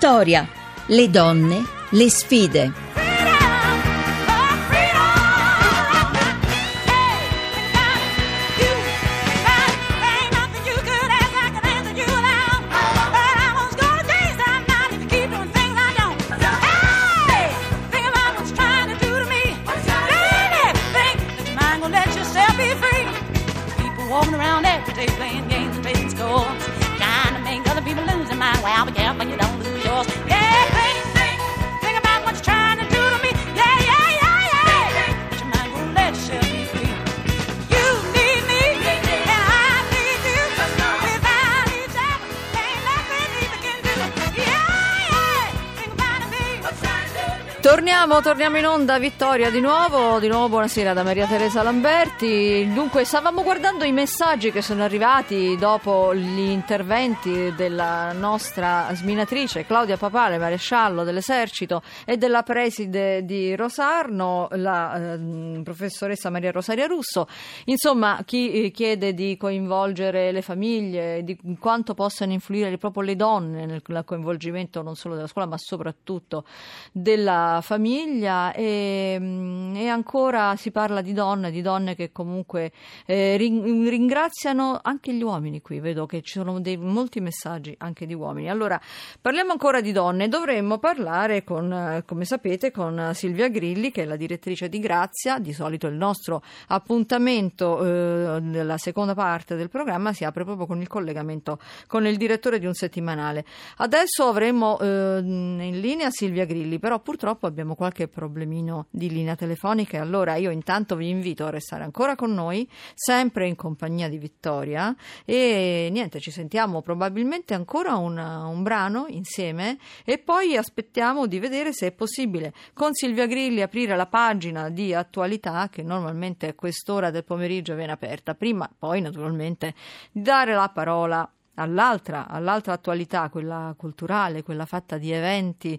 Vittoria, le donne, le sfide. Walking around every day playing games and making scores, trying to make other people lose their mind. Well, be careful you don't lose yours. Yeah, think about what you're trying to do to me. Yeah, yeah, yeah, yeah. But your mind won't let yourself be free. You need me, and I need you. Without each other, ain't nothing either can do. Yeah, yeah. Think about me. What you're trying to do to me. Torniamo in onda, Vittoria, di nuovo buonasera da Maria Teresa Lamberti. Dunque, stavamo guardando i messaggi che sono arrivati dopo gli interventi della nostra sminatrice Claudia Papale, maresciallo dell'esercito, e della preside di Rosarno, la professoressa Maria Rosaria Russo. Insomma, chi chiede di coinvolgere le famiglie, di quanto possano influire proprio le donne nel coinvolgimento non solo della scuola ma soprattutto della famiglia, e ancora si parla di donne che comunque ringraziano anche gli uomini. Qui vedo che ci sono molti messaggi anche di uomini. Allora, parliamo ancora di donne. Dovremmo parlare come sapete, con Silvia Grilli, che è la direttrice di Grazia. Di solito il nostro appuntamento nella seconda parte del programma si apre proprio con il collegamento con il direttore di un settimanale. Adesso avremo in linea Silvia Grilli, però purtroppo abbiamo qualche problemino di linea telefonica, e allora io intanto vi invito a restare ancora con noi, sempre in compagnia di Vittoria, e niente, ci sentiamo probabilmente ancora un brano insieme, e poi aspettiamo di vedere se è possibile con Silvia Grilli aprire la pagina di attualità che normalmente a quest'ora del pomeriggio viene aperta. Prima poi naturalmente di dare la parola all'altra attualità, quella culturale, quella fatta di eventi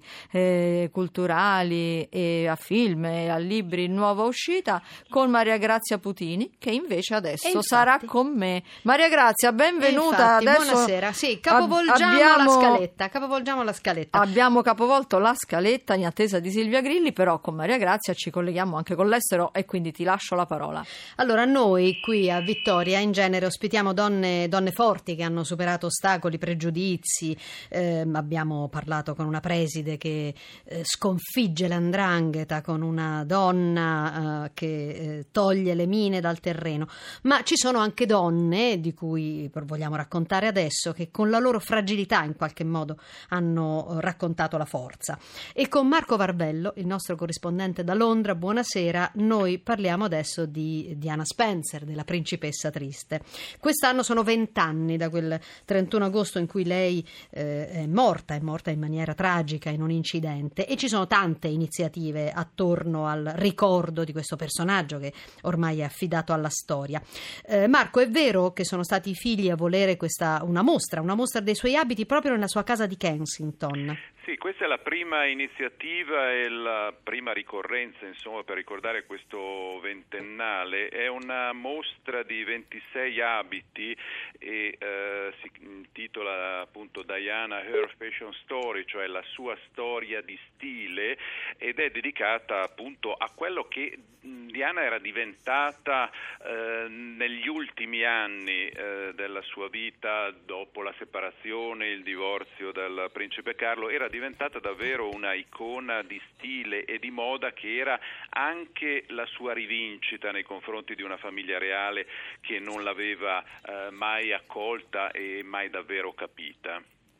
culturali, e a film e a libri in nuova uscita, con Maria Grazia Putini, che invece adesso sarà con me. Maria Grazia, benvenuta. Infatti, adesso buonasera. Sì, capovolgiamo la scaletta. Abbiamo capovolto la scaletta in attesa di Silvia Grilli, però con Maria Grazia ci colleghiamo anche con l'estero, e quindi ti lascio la parola. Allora, noi qui a Vittoria in genere ospitiamo donne forti che hanno superato ostacoli, pregiudizi. Abbiamo parlato con una preside che sconfigge l''ndrangheta, con una donna che toglie le mine dal terreno, ma ci sono anche donne di cui vogliamo raccontare adesso, che con la loro fragilità in qualche modo hanno raccontato la forza. E con Marco Varvello, il nostro corrispondente da Londra, buonasera, noi parliamo adesso di Diana Spencer, della principessa triste. Quest'anno sono 20 anni da quel 31 agosto in cui lei è morta in maniera tragica in un incidente, e ci sono tante iniziative attorno al ricordo di questo personaggio che ormai è affidato alla storia. Marco, è vero che sono stati i figli a volere una mostra dei suoi abiti proprio nella sua casa di Kensington? Sì, questa è la prima iniziativa e la prima ricorrenza, insomma, per ricordare questo ventennale. È una mostra di 26 abiti e si intitola appunto Diana Her Fashion Story, cioè la sua storia di stile, ed è dedicata appunto a quello che Diana era diventata negli ultimi anni della sua vita, dopo la separazione, il divorzio dal principe Carlo. Era diventata davvero una icona di stile e di moda, che era anche la sua rivincita nei confronti di una famiglia reale che non l'aveva mai accolta e mai davvero capita.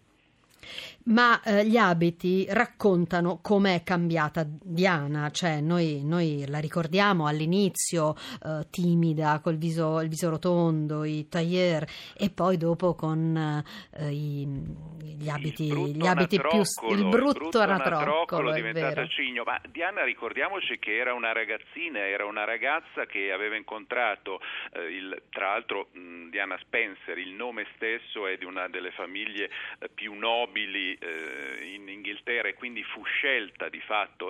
Ma gli abiti raccontano com'è cambiata Diana, cioè noi la ricordiamo all'inizio timida, col il viso rotondo, i tailleur, e poi dopo con gli abiti il brutto anatroccolo, è diventato vero. cigno. Ma Diana, ricordiamoci che era una ragazza che aveva incontrato tra l'altro Diana Spencer, il nome stesso è di una delle famiglie più nobili in Inghilterra, e quindi fu scelta di fatto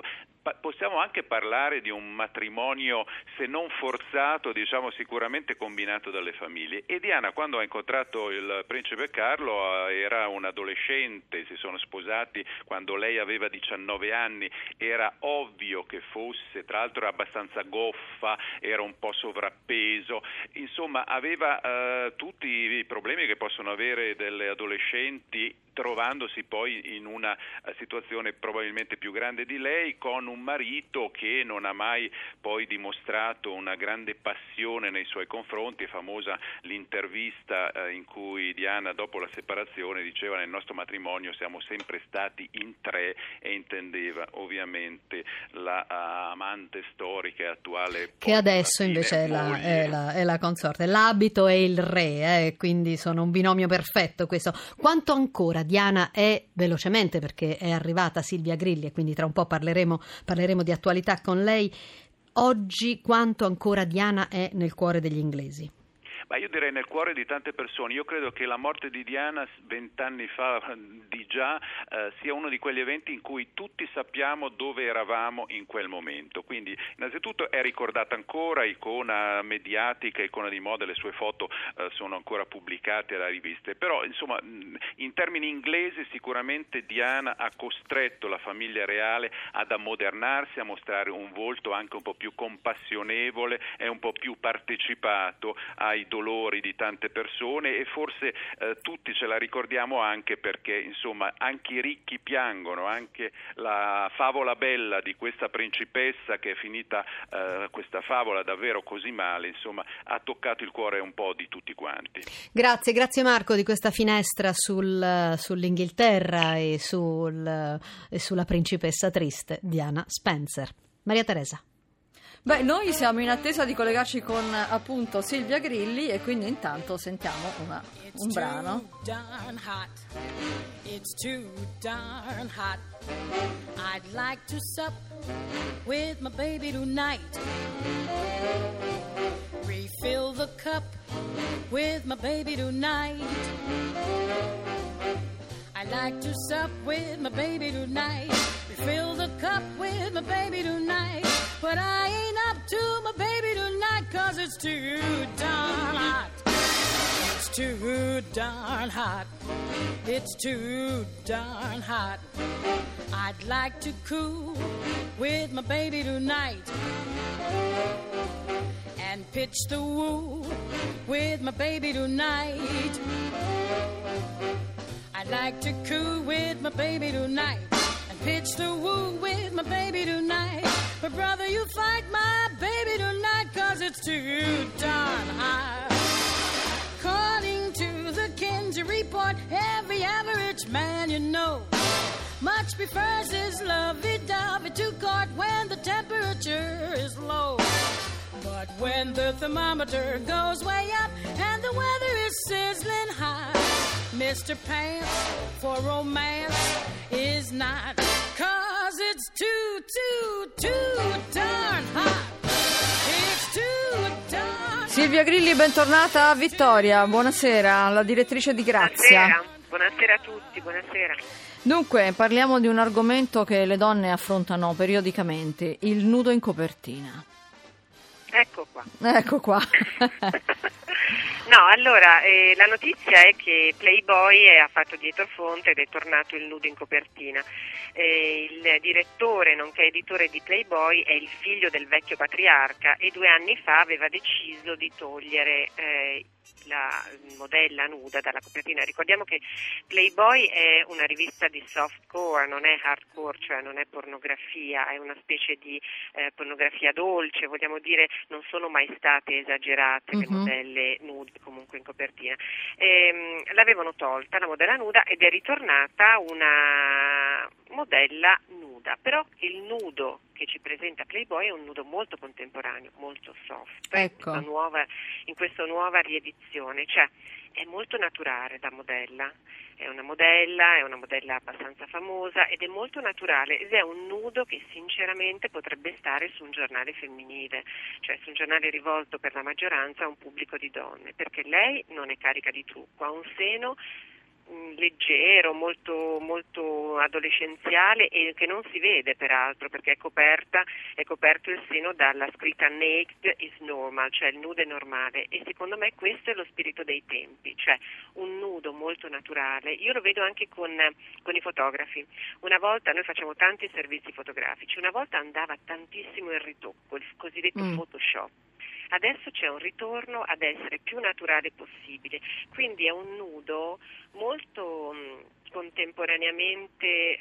possiamo anche parlare di un matrimonio, se non forzato, diciamo sicuramente combinato dalle famiglie. E Diana, quando ha incontrato il principe Carlo, era un adolescente, si sono sposati quando lei aveva 19 anni, era ovvio che fosse, tra l'altro era abbastanza goffa, era un po' sovrappeso, insomma aveva tutti i problemi che possono avere delle adolescenti, trovandosi poi in una situazione probabilmente più grande di lei, con un marito che non ha mai poi dimostrato una grande passione nei suoi confronti. È famosa l'intervista in cui Diana, dopo la separazione, diceva: nel nostro matrimonio siamo sempre stati in tre, e intendeva ovviamente la amante storica e attuale, che adesso invece è la consorte. L'abito è il re, quindi sono un binomio perfetto questo. Quanto ancora Diana è, velocemente perché è arrivata Silvia Grilli e quindi tra un po' parleremo di attualità con lei, oggi quanto ancora Diana è nel cuore degli inglesi? Ma io direi nel cuore di tante persone. Io credo che la morte di Diana 20 anni fa di già sia uno di quegli eventi in cui tutti sappiamo dove eravamo in quel momento. Quindi innanzitutto è ricordata ancora, icona mediatica, icona di moda, le sue foto sono ancora pubblicate alle riviste. Però insomma in termini inglesi sicuramente Diana ha costretto la famiglia reale ad ammodernarsi, a mostrare un volto anche un po' più compassionevole e un po' più partecipato ai dolori di tante persone, e forse tutti ce la ricordiamo anche perché insomma anche i ricchi piangono. Anche la favola bella di questa principessa, che è finita questa favola davvero così male, insomma ha toccato il cuore un po' di tutti quanti. Grazie Marco di questa finestra sull'Inghilterra e sulla principessa triste Diana Spencer. Maria Teresa. Beh, noi siamo in attesa di collegarci con appunto Silvia Grilli e quindi intanto sentiamo un brano. It's too darn hot. I'd like to sup with my baby tonight. Refill the cup with my baby tonight. I'd like to sup with my baby tonight. Refill the cup with my baby tonight. But I ain't up to my baby tonight, 'cause it's too darn hot. It's too darn hot. It's too darn hot. I'd like to cool with my baby tonight and pitch the woo with my baby tonight. I'd like to cool with my baby tonight and pitch the woo with my baby tonight. But brother, you fight my baby tonight, 'cause it's too darn hot. According to the Kinsey report, every average man you know much prefers his lovey-dovey to court when the temperature is low. But when the thermometer goes way up and the weather is sizzling hot, Mr. Pants for romance is not, 'cause it's too darn hot. It's too darn. Silvia Grilli, bentornata a Vittoria. Buonasera, la direttrice di Grazia. Buonasera a tutti, buonasera. Dunque, parliamo di un argomento che le donne affrontano periodicamente, il nudo in copertina. Ecco qua. Ecco qua. No, allora, la notizia è che Playboy ha fatto dietrofront ed è tornato il nudo in copertina. Il direttore, nonché editore di Playboy, è il figlio del vecchio patriarca e 2 anni fa aveva deciso di togliere la modella nuda dalla copertina. Ricordiamo che Playboy è una rivista di softcore, non è hardcore, cioè non è pornografia, è una specie di pornografia dolce, vogliamo dire, non sono mai state esagerate le modelle nude comunque in copertina. L'avevano tolta la modella nuda ed è ritornata una modella nuda, però il nudo che ci presenta Playboy è un nudo molto contemporaneo, molto soft, ecco. in questa nuova riedizione, cioè è molto naturale da modella, è una modella abbastanza famosa ed è molto naturale ed è un nudo che sinceramente potrebbe stare su un giornale femminile, cioè su un giornale rivolto per la maggioranza a un pubblico di donne, perché lei non è carica di trucco, ha un seno leggero, molto, molto adolescenziale e che non si vede peraltro perché è coperto il seno dalla scritta naked is normal, cioè il nudo è normale, e secondo me questo è lo spirito dei tempi, cioè un nudo molto naturale. Io lo vedo anche con i fotografi. Una volta noi facciamo tanti servizi fotografici, una volta andava tantissimo il ritocco, il cosiddetto Photoshop. Adesso c'è un ritorno ad essere più naturale possibile, quindi è un nudo molto contemporaneamente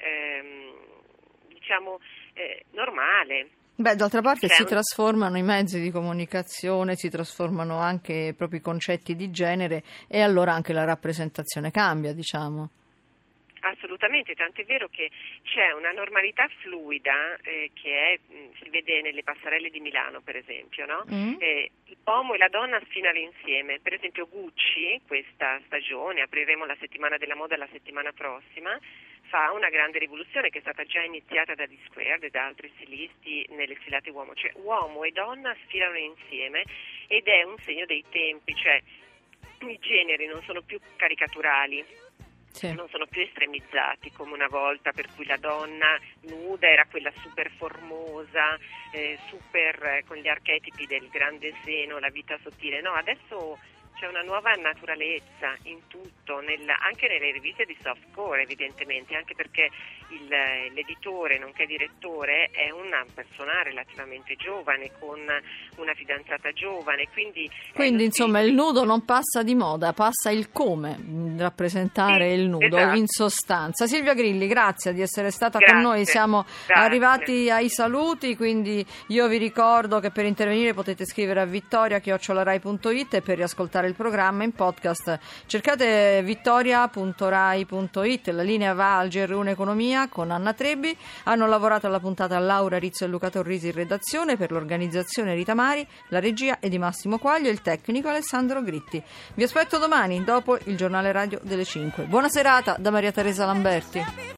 normale. Beh, d'altra parte si trasformano i mezzi di comunicazione, si trasformano anche i propri concetti di genere e allora anche la rappresentazione cambia, diciamo. Assolutamente, tant'è vero che c'è una normalità fluida che si vede nelle passerelle di Milano, per esempio, no? L'uomo e la donna sfinano insieme. Per esempio Gucci, questa stagione, apriremo la settimana della moda la settimana prossima, fa una grande rivoluzione che è stata già iniziata da D-Squared e da altri stilisti nelle sfilate uomo, cioè uomo e donna sfilano insieme ed è un segno dei tempi, cioè i generi non sono più caricaturali. Sì. Non sono più estremizzati come una volta, per cui la donna nuda era quella super formosa, super con gli archetipi del grande seno, la vita sottile. No, adesso c'è una nuova naturalezza in tutto, anche nelle riviste di softcore evidentemente, anche perché l'editore nonché direttore è una persona relativamente giovane con una fidanzata giovane, quindi insomma il nudo non passa di moda, passa il come rappresentare il nudo, esatto. In sostanza. Silvia Grilli, grazie di essere stata con noi, siamo arrivati ai saluti, quindi io vi ricordo che per intervenire potete scrivere a vittoria@rai.it e per riascoltare il programma in podcast cercate vittoria.rai.it. La linea va al GR1 Economia con Anna Trebbi. Hanno lavorato alla puntata Laura Rizzo e Luca Torrisi in redazione, per l'organizzazione Rita Mari, la regia è di Massimo Quaglio e il tecnico Alessandro Gritti. Vi aspetto domani dopo il giornale radio delle 5. Buona serata da Maria Teresa Lamberti.